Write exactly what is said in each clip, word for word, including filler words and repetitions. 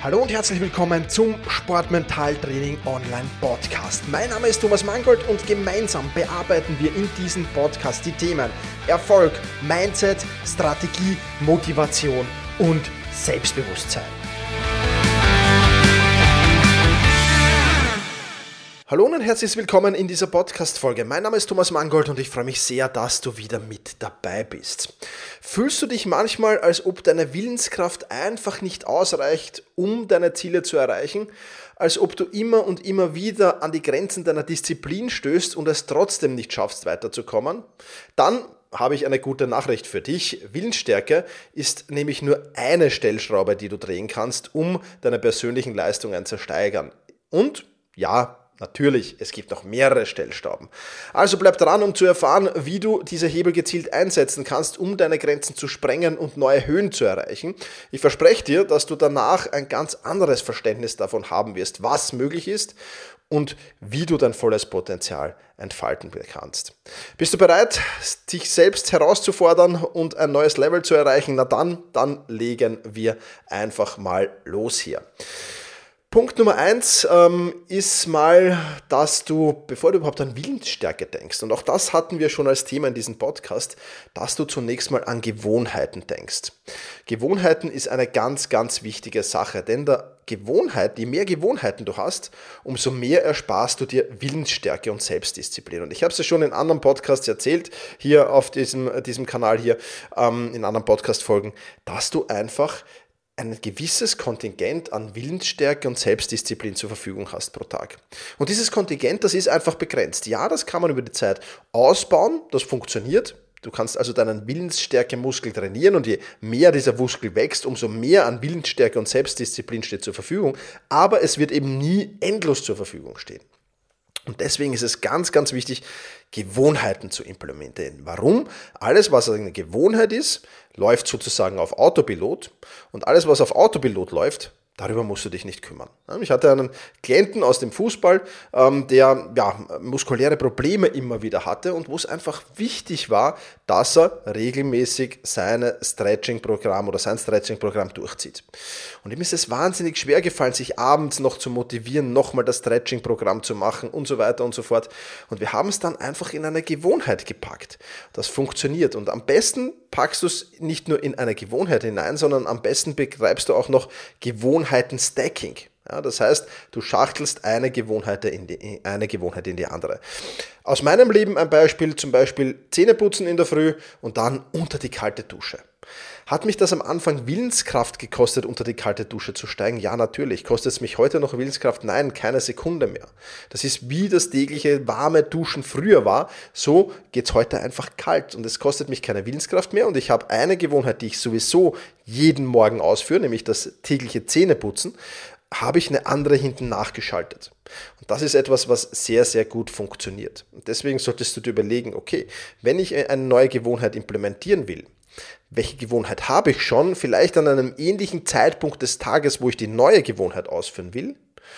Hallo und herzlich willkommen zum Sportmentaltraining Online Podcast. Mein Name ist Thomas Mangold und gemeinsam bearbeiten wir in diesem Podcast die Themen Erfolg, Mindset, Strategie, Motivation und Selbstbewusstsein. Hallo und herzlich willkommen in dieser Podcast-Folge. Mein Name ist Thomas Mangold und ich freue mich sehr, dass du wieder mit dabei bist. Fühlst du dich manchmal, als ob deine Willenskraft einfach nicht ausreicht, um deine Ziele zu erreichen? Als ob du immer und immer wieder an die Grenzen deiner Disziplin stößt und es trotzdem nicht schaffst, weiterzukommen? Dann habe ich eine gute Nachricht für dich. Willensstärke ist nämlich nur eine Stellschraube, die du drehen kannst, um deine persönlichen Leistungen zu steigern. Und ja, natürlich, es gibt noch mehrere Stellschrauben. Also bleib dran, um zu erfahren, wie du diese Hebel gezielt einsetzen kannst, um deine Grenzen zu sprengen und neue Höhen zu erreichen. Ich verspreche dir, dass du danach ein ganz anderes Verständnis davon haben wirst, was möglich ist und wie du dein volles Potenzial entfalten kannst. Bist du bereit, dich selbst herauszufordern und ein neues Level zu erreichen? Na dann, dann legen wir einfach mal los hier. Punkt Nummer eins ähm, ist mal, dass du, bevor du überhaupt an Willensstärke denkst, und auch das hatten wir schon als Thema in diesem Podcast, dass du zunächst mal an Gewohnheiten denkst. Gewohnheiten ist eine ganz, ganz wichtige Sache, denn der Gewohnheit, je mehr Gewohnheiten du hast, umso mehr ersparst du dir Willensstärke und Selbstdisziplin. Und ich habe es ja schon in anderen Podcasts erzählt, hier auf diesem, diesem Kanal hier, ähm, in anderen Podcast-Folgen, dass du einfach ein gewisses Kontingent an Willensstärke und Selbstdisziplin zur Verfügung hast pro Tag. Und dieses Kontingent, das ist einfach begrenzt. Ja, das kann man über die Zeit ausbauen, das funktioniert. Du kannst also deinen Willensstärke-Muskel trainieren und je mehr dieser Muskel wächst, umso mehr an Willensstärke und Selbstdisziplin steht zur Verfügung. Aber es wird eben nie endlos zur Verfügung stehen. Und deswegen ist es ganz, ganz wichtig, Gewohnheiten zu implementieren. Warum? Alles, was eine Gewohnheit ist, läuft sozusagen auf Autopilot. Und alles, was auf Autopilot läuft, darüber musst du dich nicht kümmern. Ich hatte einen Klienten aus dem Fußball, der ja, muskuläre Probleme immer wieder hatte und wo es einfach wichtig war, dass er regelmäßig seine Stretching-Programm oder sein Stretching-Programm durchzieht. Und ihm ist es wahnsinnig schwer gefallen, sich abends noch zu motivieren, nochmal das Stretching-Programm zu machen und so weiter und so fort. Und wir haben es dann einfach in eine Gewohnheit gepackt. Das funktioniert. Und am besten packst du es nicht nur in eine Gewohnheit hinein, sondern am besten betreibst du auch noch Gewohnheiten-Stacking. Ja, das heißt, du schachtelst eine Gewohnheit in die, eine Gewohnheit in die andere. Aus meinem Leben ein Beispiel, zum Beispiel Zähneputzen in der Früh und dann unter die kalte Dusche. Hat mich das am Anfang Willenskraft gekostet, unter die kalte Dusche zu steigen? Ja, natürlich. Kostet es mich heute noch Willenskraft? Nein, keine Sekunde mehr. Das ist wie das tägliche warme Duschen früher war. So geht es heute einfach kalt und es kostet mich keine Willenskraft mehr und ich habe eine Gewohnheit, die ich sowieso jeden Morgen ausführe, nämlich das tägliche Zähneputzen, habe ich eine andere hinten nachgeschaltet. Und das ist etwas, was sehr, sehr gut funktioniert. Und deswegen solltest du dir überlegen, okay, wenn ich eine neue Gewohnheit implementieren will, welche Gewohnheit habe ich schon, vielleicht an einem ähnlichen Zeitpunkt des Tages, wo ich die neue Gewohnheit ausführen will,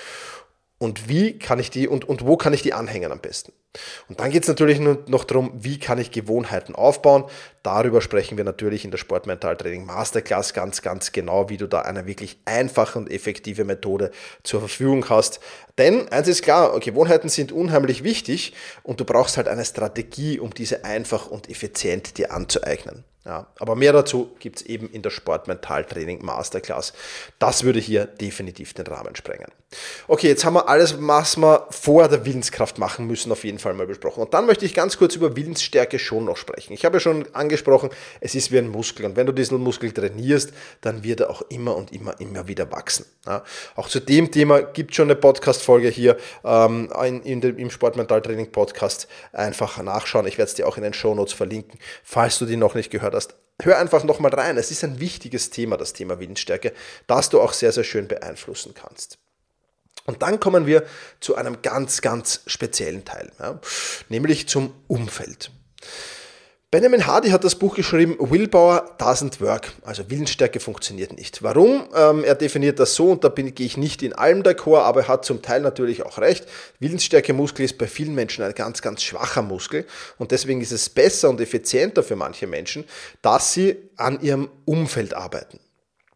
und wie kann ich die und, und wo kann ich die anhängen am besten? Und dann geht es natürlich nur noch darum, wie kann ich Gewohnheiten aufbauen. Darüber sprechen wir natürlich in der Sportmentaltraining Masterclass ganz, ganz genau, wie du da eine wirklich einfache und effektive Methode zur Verfügung hast. Denn eins ist klar, Gewohnheiten sind unheimlich wichtig und du brauchst halt eine Strategie, um diese einfach und effizient dir anzueignen. Ja, aber mehr dazu gibt es eben in der Sportmentaltraining Masterclass. Das würde hier definitiv den Rahmen sprengen. Okay, jetzt haben wir alles, was wir vor der Willenskraft machen müssen, auf jeden Fall mal besprochen. Und dann möchte ich ganz kurz über Willensstärke schon noch sprechen. Ich habe ja schon angesprochen, es ist wie ein Muskel. Und wenn du diesen Muskel trainierst, dann wird er auch immer und immer, immer wieder wachsen. Ja, auch zu dem Thema gibt es schon eine Podcast-Folge hier ähm, in, in dem, im Sportmentaltraining Podcast. Einfach nachschauen. Ich werde es dir auch in den Shownotes verlinken, falls du die noch nicht gehört hast. Hör einfach nochmal rein. Es ist ein wichtiges Thema, das Thema Willensstärke, das du auch sehr, sehr schön beeinflussen kannst. Und dann kommen wir zu einem ganz, ganz speziellen Teil, ja, nämlich zum Umfeld. Benjamin Hardy hat das Buch geschrieben, Willpower doesn't work, also Willensstärke funktioniert nicht. Warum? Ähm, er definiert das so und da bin, gehe ich nicht in allem d'accord, aber er hat zum Teil natürlich auch recht. Willensstärke-Muskel ist bei vielen Menschen ein ganz, ganz schwacher Muskel und deswegen ist es besser und effizienter für manche Menschen, dass sie an ihrem Umfeld arbeiten.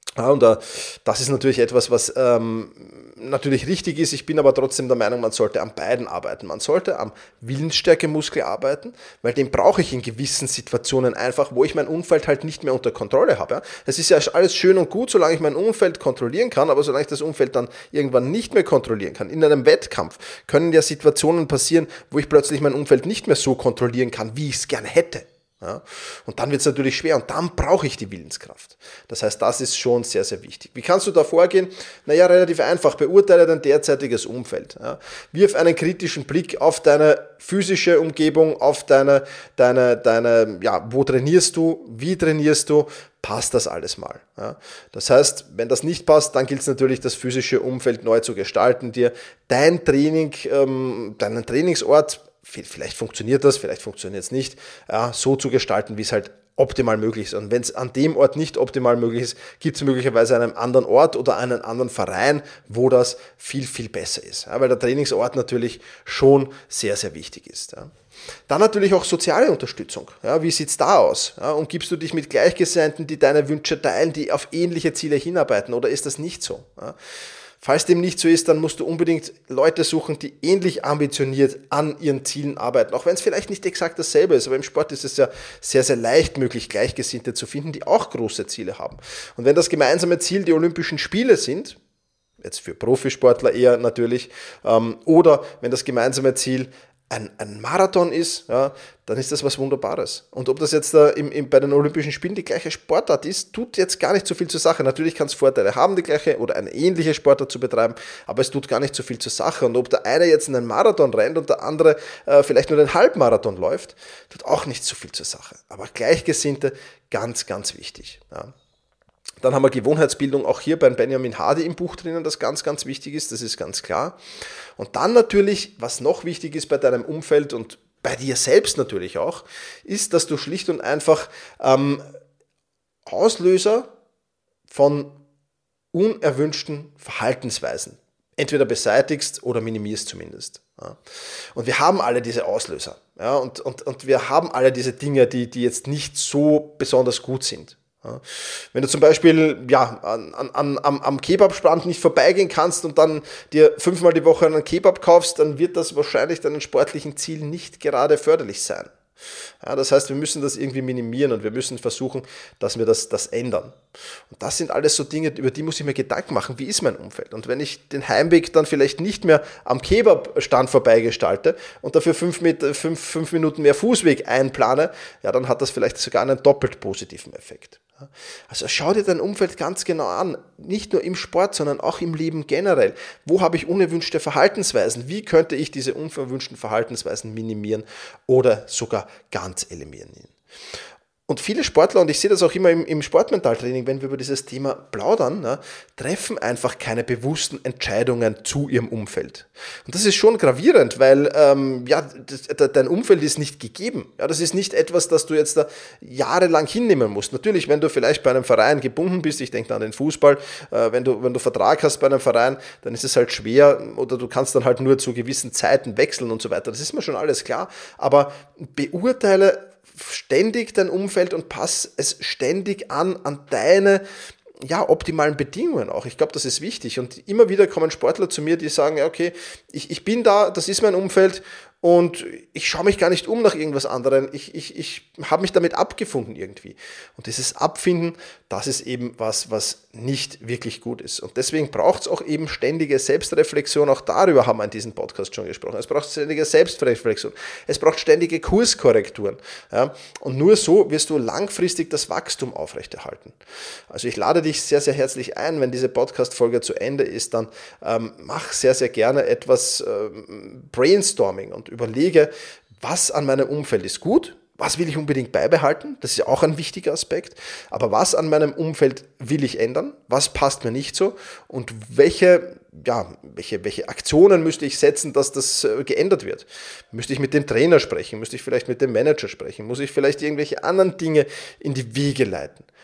Ja, und äh, das ist natürlich etwas, was ähm, natürlich richtig ist. Ich bin aber trotzdem der Meinung, man sollte an beiden arbeiten. Man sollte am Willensstärkemuskel arbeiten, weil den brauche ich in gewissen Situationen einfach, wo ich mein Umfeld halt nicht mehr unter Kontrolle habe. Ja. Es ist ja alles schön und gut, solange ich mein Umfeld kontrollieren kann, aber solange ich das Umfeld dann irgendwann nicht mehr kontrollieren kann. In einem Wettkampf können ja Situationen passieren, wo ich plötzlich mein Umfeld nicht mehr so kontrollieren kann, wie ich es gerne hätte. Ja, und dann wird es natürlich schwer und dann brauche ich die Willenskraft. Das heißt, das ist schon sehr, sehr wichtig. Wie kannst du da vorgehen? Naja, relativ einfach. Beurteile dein derzeitiges Umfeld. Ja. Wirf einen kritischen Blick auf deine physische Umgebung, auf deine, deine, deine, ja, wo trainierst du, wie trainierst du, passt das alles mal. Ja. Das heißt, wenn das nicht passt, dann gilt es natürlich, das physische Umfeld neu zu gestalten, dir dein Training, ähm, deinen Trainingsort, vielleicht funktioniert das, vielleicht funktioniert es nicht, ja, so zu gestalten, wie es halt optimal möglich ist. Und wenn es an dem Ort nicht optimal möglich ist, gibt es möglicherweise einen anderen Ort oder einen anderen Verein, wo das viel, viel besser ist. Ja, weil der Trainingsort natürlich schon sehr, sehr wichtig ist. Ja. Dann natürlich auch soziale Unterstützung. Ja, wie sieht es da aus? Ja, und gibst du dich mit Gleichgesinnten, die deine Wünsche teilen, die auf ähnliche Ziele hinarbeiten, oder ist das nicht so? Ja. Falls dem nicht so ist, dann musst du unbedingt Leute suchen, die ähnlich ambitioniert an ihren Zielen arbeiten. Auch wenn es vielleicht nicht exakt dasselbe ist, aber im Sport ist es ja sehr, sehr leicht möglich, Gleichgesinnte zu finden, die auch große Ziele haben. Und wenn das gemeinsame Ziel die Olympischen Spiele sind, jetzt für Profisportler eher natürlich, ähm, oder wenn das gemeinsame Ziel Ein, ein Marathon ist, ja, dann ist das was Wunderbares. Und ob das jetzt da im, im, bei den Olympischen Spielen die gleiche Sportart ist, tut jetzt gar nicht so viel zur Sache. Natürlich kann es Vorteile haben, die gleiche oder eine ähnliche Sportart zu betreiben, aber es tut gar nicht so viel zur Sache. Und ob der eine jetzt einen Marathon rennt und der andere äh, vielleicht nur den Halbmarathon läuft, tut auch nicht so viel zur Sache. Aber Gleichgesinnte, ganz, ganz wichtig. Ja. Dann haben wir Gewohnheitsbildung, auch hier bei Benjamin Hardy im Buch drinnen, das ganz, ganz wichtig ist, das ist ganz klar. Und dann natürlich, was noch wichtig ist bei deinem Umfeld und bei dir selbst natürlich auch, ist, dass du schlicht und einfach ähm, Auslöser von unerwünschten Verhaltensweisen entweder beseitigst oder minimierst zumindest. Ja. Und wir haben alle diese Auslöser. Ja, und, und, und wir haben alle diese Dinge, die, die jetzt nicht so besonders gut sind. Ja. Wenn du zum Beispiel ja, an, an, am, am Kebabstand nicht vorbeigehen kannst und dann dir fünfmal die Woche einen Kebab kaufst, dann wird das wahrscheinlich deinen sportlichen Zielen nicht gerade förderlich sein. Ja, das heißt, wir müssen das irgendwie minimieren und wir müssen versuchen, dass wir das, das ändern. Und das sind alles so Dinge, über die muss ich mir Gedanken machen, wie ist mein Umfeld? Und wenn ich den Heimweg dann vielleicht nicht mehr am Kebabstand vorbeigestalte und dafür fünf, Meter, fünf, fünf Minuten mehr Fußweg einplane, ja, dann hat das vielleicht sogar einen doppelt positiven Effekt. Also schau dir dein Umfeld ganz genau an, nicht nur im Sport, sondern auch im Leben generell. Wo habe ich unerwünschte Verhaltensweisen? Wie könnte ich diese unerwünschten Verhaltensweisen minimieren oder sogar ganz eliminieren? Und viele Sportler, und ich sehe das auch immer im, im Sportmentaltraining, wenn wir über dieses Thema plaudern, ne, treffen einfach keine bewussten Entscheidungen zu ihrem Umfeld. Und das ist schon gravierend, weil ähm, ja, das, dein Umfeld ist nicht gegeben. Ja, das ist nicht etwas, das du jetzt da jahrelang hinnehmen musst. Natürlich, wenn du vielleicht bei einem Verein gebunden bist, ich denke an den Fußball, äh, wenn du wenn du Vertrag hast bei einem Verein, dann ist es halt schwer oder du kannst dann halt nur zu gewissen Zeiten wechseln und so weiter. Das ist mir schon alles klar. Aber beurteile ständig dein Umfeld und pass es ständig an, an deine ja, optimalen Bedingungen auch. Ich glaube, das ist wichtig. Und immer wieder kommen Sportler zu mir, die sagen, ja, okay, ich, ich bin da, das ist mein Umfeld und ich schaue mich gar nicht um nach irgendwas anderem. Ich, ich, ich habe mich damit abgefunden irgendwie. Und dieses Abfinden, das ist eben was, was nicht wirklich gut ist. Und deswegen braucht es auch eben ständige Selbstreflexion. Auch darüber haben wir in diesem Podcast schon gesprochen. Es braucht ständige Selbstreflexion. Es braucht ständige Kurskorrekturen. Ja? Und nur so wirst du langfristig das Wachstum aufrechterhalten. Also ich lade dich sehr, sehr herzlich ein, wenn diese Podcast-Folge zu Ende ist, dann ähm, mach sehr, sehr gerne etwas ähm, Brainstorming und überlege, was an meinem Umfeld ist gut, was will ich unbedingt beibehalten, das ist ja auch ein wichtiger Aspekt, aber was an meinem Umfeld will ich ändern, was passt mir nicht so und welche, ja, welche, welche Aktionen müsste ich setzen, dass das geändert wird. Müsste ich mit dem Trainer sprechen, müsste ich vielleicht mit dem Manager sprechen, muss ich vielleicht irgendwelche anderen Dinge in die Wege leiten.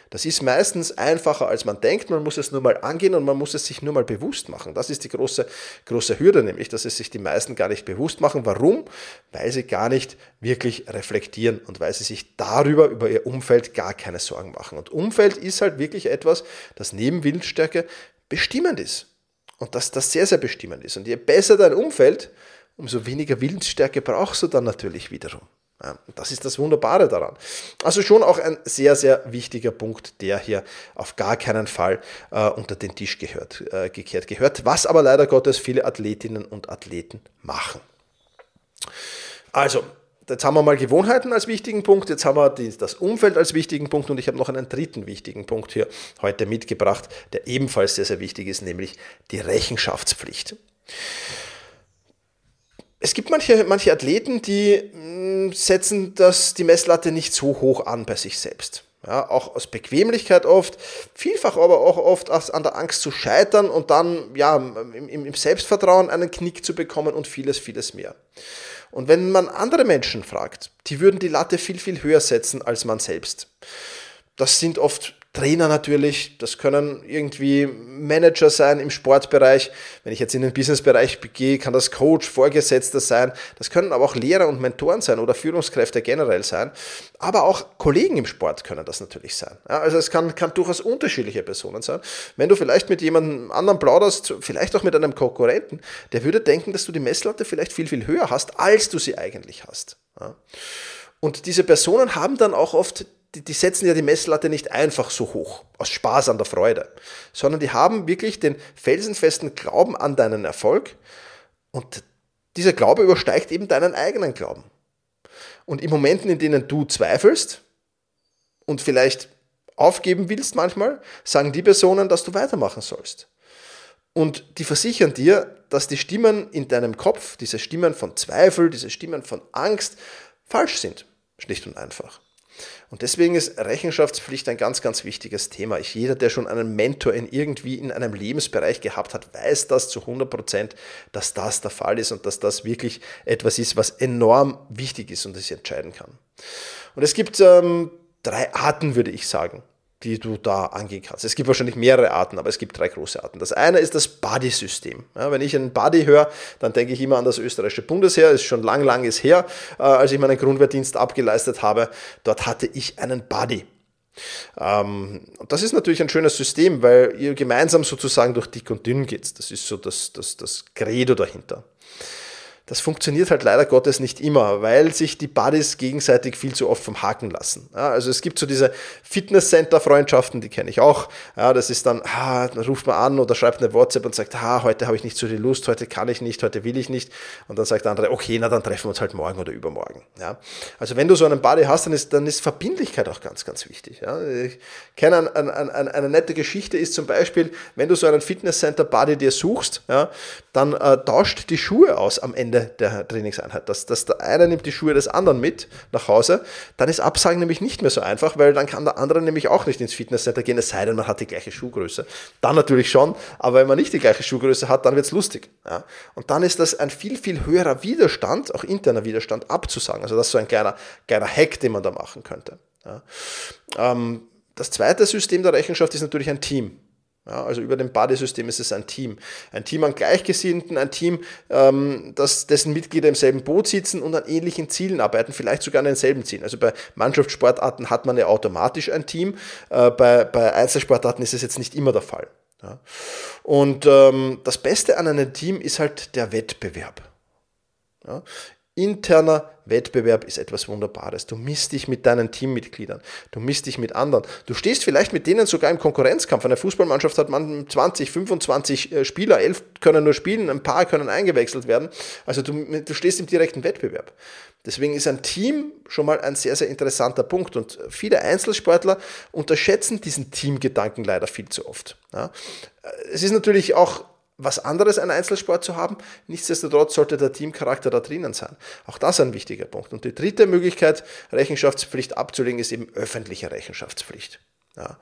Das ist meistens einfacher, als man denkt. Man muss es nur mal angehen und man muss es sich nur mal bewusst machen. Das ist die große, große Hürde, nämlich, dass es sich die meisten gar nicht bewusst machen. Warum? Weil sie gar nicht wirklich reflektieren und weil sie sich darüber, über ihr Umfeld gar keine Sorgen machen. Und Umfeld ist halt wirklich etwas, das neben Willensstärke bestimmend ist. Und dass das sehr, sehr bestimmend ist. Und je besser dein Umfeld, umso weniger Willensstärke brauchst du dann natürlich wiederum. Ja, das ist das Wunderbare daran. Also schon auch ein sehr, sehr wichtiger Punkt, der hier auf gar keinen Fall äh, unter den Tisch gehört, äh, gekehrt gehört, was aber leider Gottes viele Athletinnen und Athleten machen. Also, jetzt haben wir mal Gewohnheiten als wichtigen Punkt, jetzt haben wir die, das Umfeld als wichtigen Punkt und ich habe noch einen dritten wichtigen Punkt hier heute mitgebracht, der ebenfalls sehr, sehr wichtig ist, nämlich die Rechenschaftspflicht. Es gibt manche, manche Athleten, die mh, setzen das, die Messlatte nicht so hoch an bei sich selbst. Ja, auch aus Bequemlichkeit oft, vielfach aber auch oft aus, an der Angst zu scheitern und dann ja, im, im Selbstvertrauen einen Knick zu bekommen und vieles, vieles mehr. Und wenn man andere Menschen fragt, die würden die Latte viel, viel höher setzen als man selbst. Das sind oft Trainer natürlich, das können irgendwie Manager sein im Sportbereich. Wenn ich jetzt in den Businessbereich gehe, kann das Coach, Vorgesetzter sein. Das können aber auch Lehrer und Mentoren sein oder Führungskräfte generell sein. Aber auch Kollegen im Sport können das natürlich sein. Ja, also es kann, kann durchaus unterschiedliche Personen sein. Wenn du vielleicht mit jemandem anderen plauderst, vielleicht auch mit einem Konkurrenten, der würde denken, dass du die Messlatte vielleicht viel, viel höher hast, als du sie eigentlich hast. Ja. Und diese Personen haben dann auch oft Die, die setzen ja die Messlatte nicht einfach so hoch, aus Spaß an der Freude, sondern die haben wirklich den felsenfesten Glauben an deinen Erfolg und dieser Glaube übersteigt eben deinen eigenen Glauben. Und in Momenten, in denen du zweifelst und vielleicht aufgeben willst manchmal, sagen die Personen, dass du weitermachen sollst. Und die versichern dir, dass die Stimmen in deinem Kopf, diese Stimmen von Zweifel, diese Stimmen von Angst, falsch sind, schlicht und einfach. Und deswegen ist Rechenschaftspflicht ein ganz, ganz wichtiges Thema. Ich, jeder, der schon einen Mentor in irgendwie in einem Lebensbereich gehabt hat, weiß das zu hundert Prozent, dass das der Fall ist und dass das wirklich etwas ist, was enorm wichtig ist und das entscheiden kann. Und es gibt ähm, drei Arten, würde ich sagen, die du da angehen kannst. Es gibt wahrscheinlich mehrere Arten, aber es gibt drei große Arten. Das eine ist das Buddy-System. Ja, wenn ich einen Buddy höre, dann denke ich immer an das österreichische Bundesheer. Das ist schon lang, lang ist her, äh, als ich meinen Grundwehrdienst abgeleistet habe. Dort hatte ich einen Buddy. Ähm, und das ist natürlich ein schönes System, weil ihr gemeinsam sozusagen durch dick und dünn geht. Das ist so das, das, das Credo dahinter. Das funktioniert halt leider Gottes nicht immer, weil sich die Buddies gegenseitig viel zu oft vom Haken lassen. Ja, also es gibt so diese Fitnesscenter-Freundschaften, die kenne ich auch. Ja, das ist dann, ah, dann ruft man an oder schreibt eine WhatsApp und sagt, ah, heute habe ich nicht so die Lust, heute kann ich nicht, heute will ich nicht. Und dann sagt der andere, okay, na dann treffen wir uns halt morgen oder übermorgen. Ja, also wenn du so einen Buddy hast, dann ist, dann ist Verbindlichkeit auch ganz, ganz wichtig. Ja, ich kenne ein, ein, ein, eine nette Geschichte ist zum Beispiel, wenn du so einen Fitnesscenter-Buddy dir suchst, ja, dann äh, tauscht die Schuhe aus am Ende der Trainingseinheit, dass, dass der eine nimmt die Schuhe des anderen mit nach Hause, dann ist Absagen nämlich nicht mehr so einfach, weil dann kann der andere nämlich auch nicht ins Fitnesscenter gehen, es sei denn, man hat die gleiche Schuhgröße. Dann natürlich schon, aber wenn man nicht die gleiche Schuhgröße hat, dann wird es lustig. Ja. Und dann ist das ein viel, viel höherer Widerstand, auch interner Widerstand, abzusagen. Also das ist so ein kleiner, kleiner Hack, den man da machen könnte. Ja. Ähm, das zweite System der Rechenschaft ist natürlich ein Team. Ja, also über dem Buddy-System ist es ein Team. Ein Team an Gleichgesinnten, ein Team, ähm, das, dessen Mitglieder im selben Boot sitzen und an ähnlichen Zielen arbeiten, vielleicht sogar an denselben Zielen. Also bei Mannschaftssportarten hat man ja automatisch ein Team, äh, bei, bei Einzelsportarten ist es jetzt nicht immer der Fall. Ja. Und ähm, das Beste an einem Team ist halt der Wettbewerb. Ja. Interner Wettbewerb ist etwas Wunderbares. Du misst dich mit deinen Teammitgliedern, du misst dich mit anderen. Du stehst vielleicht mit denen sogar im Konkurrenzkampf. Eine Fußballmannschaft hat man zwanzig, fünfundzwanzig Spieler, elf können nur spielen, ein paar können eingewechselt werden. Also du, du stehst im direkten Wettbewerb. Deswegen ist ein Team schon mal ein sehr, sehr interessanter Punkt. Und viele Einzelsportler unterschätzen diesen Teamgedanken leider viel zu oft. Ja. Es ist natürlich auch was anderes, einen Einzelsport zu haben. Nichtsdestotrotz sollte der Teamcharakter da drinnen sein. Auch das ein wichtiger Punkt. Und die dritte Möglichkeit, Rechenschaftspflicht abzulegen, ist eben öffentliche Rechenschaftspflicht. Ja.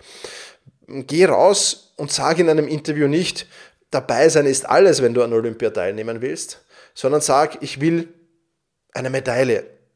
Geh raus und sag in einem Interview nicht, dabei sein ist alles, wenn du an Olympia teilnehmen willst, sondern sag, ich will eine Medaille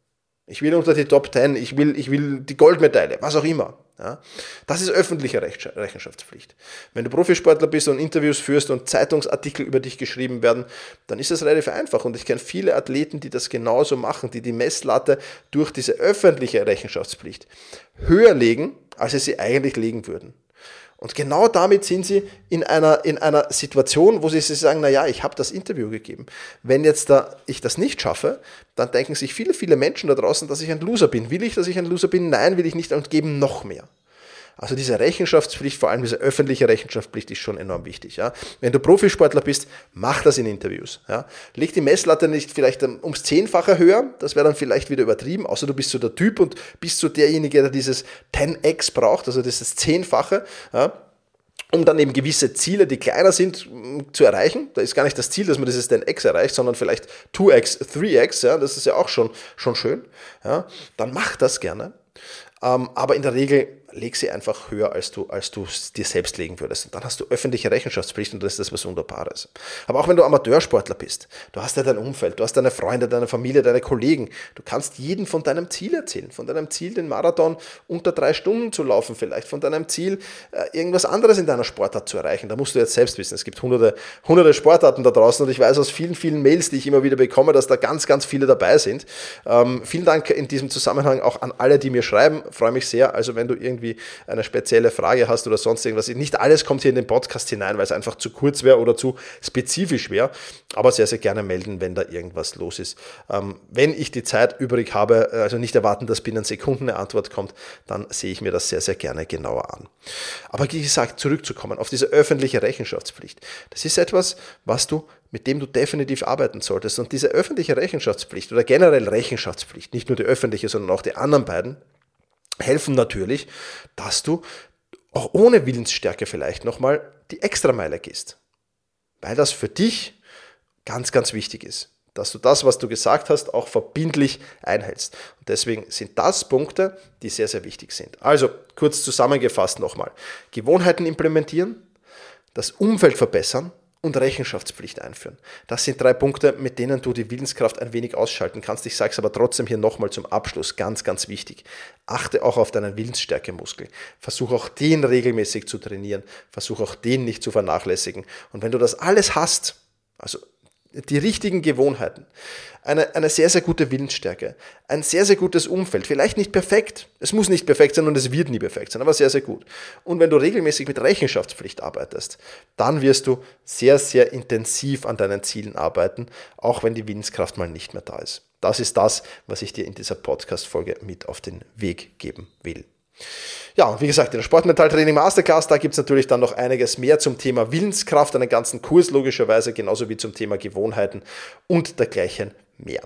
Ich will unter die Top zehn, ich will, ich will die Goldmedaille, was auch immer. Ja, das ist öffentliche Rechenschaftspflicht. Wenn du Profisportler bist und Interviews führst und Zeitungsartikel über dich geschrieben werden, dann ist das relativ einfach. Und ich kenne viele Athleten, die das genauso machen, die die Messlatte durch diese öffentliche Rechenschaftspflicht höher legen, als sie sie eigentlich legen würden. Und genau damit sind sie in einer, in einer Situation, wo sie sich sagen, naja, ich habe das Interview gegeben. Wenn jetzt da ich das nicht schaffe, dann denken sich viele, viele Menschen da draußen, dass ich ein Loser bin. Will ich, dass ich ein Loser bin? Nein, will ich nicht und geben noch mehr. Also diese Rechenschaftspflicht, vor allem diese öffentliche Rechenschaftspflicht ist schon enorm wichtig. Ja. Wenn du Profisportler bist, mach das in Interviews. Ja. Leg die Messlatte nicht vielleicht ums Zehnfache höher, das wäre dann vielleicht wieder übertrieben, außer du bist so der Typ und bist so derjenige, der dieses zehn x braucht, also dieses Zehnfache, ja, um dann eben gewisse Ziele, die kleiner sind, zu erreichen. Da ist gar nicht das Ziel, dass man dieses zehn x erreicht, sondern vielleicht zwei x, drei x, ja, das ist ja auch schon, schon schön. Ja. Dann mach das gerne. Ähm, aber in der Regel leg sie einfach höher, als du, als du es dir selbst legen würdest. Und dann hast du öffentliche Rechenschaftspflicht und das ist das was Wunderbares. Aber auch wenn du Amateursportler bist, du hast ja dein Umfeld, du hast deine Freunde, deine Familie, deine Kollegen. Du kannst jedem von deinem Ziel erzählen, von deinem Ziel, den Marathon unter drei Stunden zu laufen vielleicht, von deinem Ziel, irgendwas anderes in deiner Sportart zu erreichen. Da musst du jetzt selbst wissen, es gibt hunderte, hunderte Sportarten da draußen und ich weiß aus vielen, vielen Mails, die ich immer wieder bekomme, dass da ganz, ganz viele dabei sind. Ähm, vielen Dank in diesem Zusammenhang auch an alle, die mir schreiben. Freue mich sehr. Also wenn du irgendwie eine spezielle Frage hast oder sonst irgendwas. Nicht alles kommt hier in den Podcast hinein, weil es einfach zu kurz wäre oder zu spezifisch wäre, aber sehr, sehr gerne melden, wenn da irgendwas los ist. Ähm, wenn ich die Zeit übrig habe, also nicht erwarten, dass binnen Sekunden eine Antwort kommt, dann sehe ich mir das sehr, sehr gerne genauer an. Aber wie gesagt, zurückzukommen auf diese öffentliche Rechenschaftspflicht. Das ist etwas, was du mit dem du definitiv arbeiten solltest. Und diese öffentliche Rechenschaftspflicht oder generell Rechenschaftspflicht, nicht nur die öffentliche, sondern auch die anderen beiden, helfen natürlich, dass du auch ohne Willensstärke vielleicht nochmal die Extrameile gehst. Weil das für dich ganz, ganz wichtig ist. Dass du das, was du gesagt hast, auch verbindlich einhältst. Und deswegen sind das Punkte, die sehr, sehr wichtig sind. Also kurz zusammengefasst nochmal. Gewohnheiten implementieren, das Umfeld verbessern und Rechenschaftspflicht einführen. Das sind drei Punkte, mit denen du die Willenskraft ein wenig ausschalten kannst. Ich sage es aber trotzdem hier nochmal zum Abschluss, ganz, ganz wichtig. Achte auch auf deinen Willensstärkemuskel. Versuch auch den regelmäßig zu trainieren. Versuch auch den nicht zu vernachlässigen. Und wenn du das alles hast, also die richtigen Gewohnheiten, eine, eine sehr, sehr gute Willensstärke, ein sehr, sehr gutes Umfeld, vielleicht nicht perfekt, es muss nicht perfekt sein und es wird nie perfekt sein, aber sehr, sehr gut. Und wenn du regelmäßig mit Rechenschaftspflicht arbeitest, dann wirst du sehr, sehr intensiv an deinen Zielen arbeiten, auch wenn die Willenskraft mal nicht mehr da ist. Das ist das, was ich dir in dieser Podcast-Folge mit auf den Weg geben will. Ja, und wie gesagt, in der Sportmentaltraining Masterclass, da gibt es natürlich dann noch einiges mehr zum Thema Willenskraft, einen ganzen Kurs logischerweise, genauso wie zum Thema Gewohnheiten und dergleichen mehr.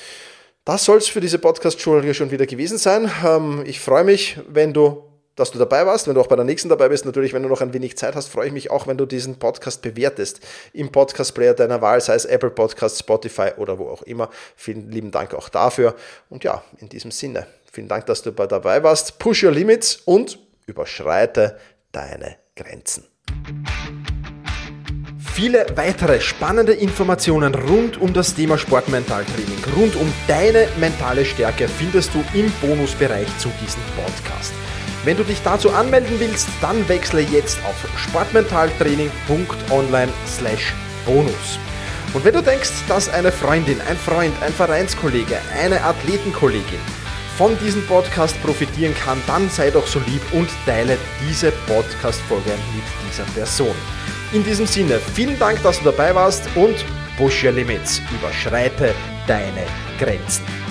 Das soll es für diese Podcast-Folge schon wieder gewesen sein. Ich freue mich, wenn du dass du dabei warst, wenn du auch bei der nächsten dabei bist. Natürlich, wenn du noch ein wenig Zeit hast, freue ich mich auch, wenn du diesen Podcast bewertest im Podcast-Player deiner Wahl, sei es Apple Podcasts, Spotify oder wo auch immer. Vielen lieben Dank auch dafür. Und ja, in diesem Sinne, vielen Dank, dass du dabei warst. Push your limits und überschreite deine Grenzen. Viele weitere spannende Informationen rund um das Thema Sportmentaltraining, rund um deine mentale Stärke findest du im Bonusbereich zu diesem Podcast. Wenn du dich dazu anmelden willst, dann wechsle jetzt auf sportmentaltraining punkt online slash bonus. Und wenn du denkst, dass eine Freundin, ein Freund, ein Vereinskollege, eine Athletenkollegin von diesem Podcast profitieren kann, dann sei doch so lieb und teile diese Podcast-Folge mit dieser Person. In diesem Sinne, vielen Dank, dass du dabei warst und push your limits, überschreite deine Grenzen.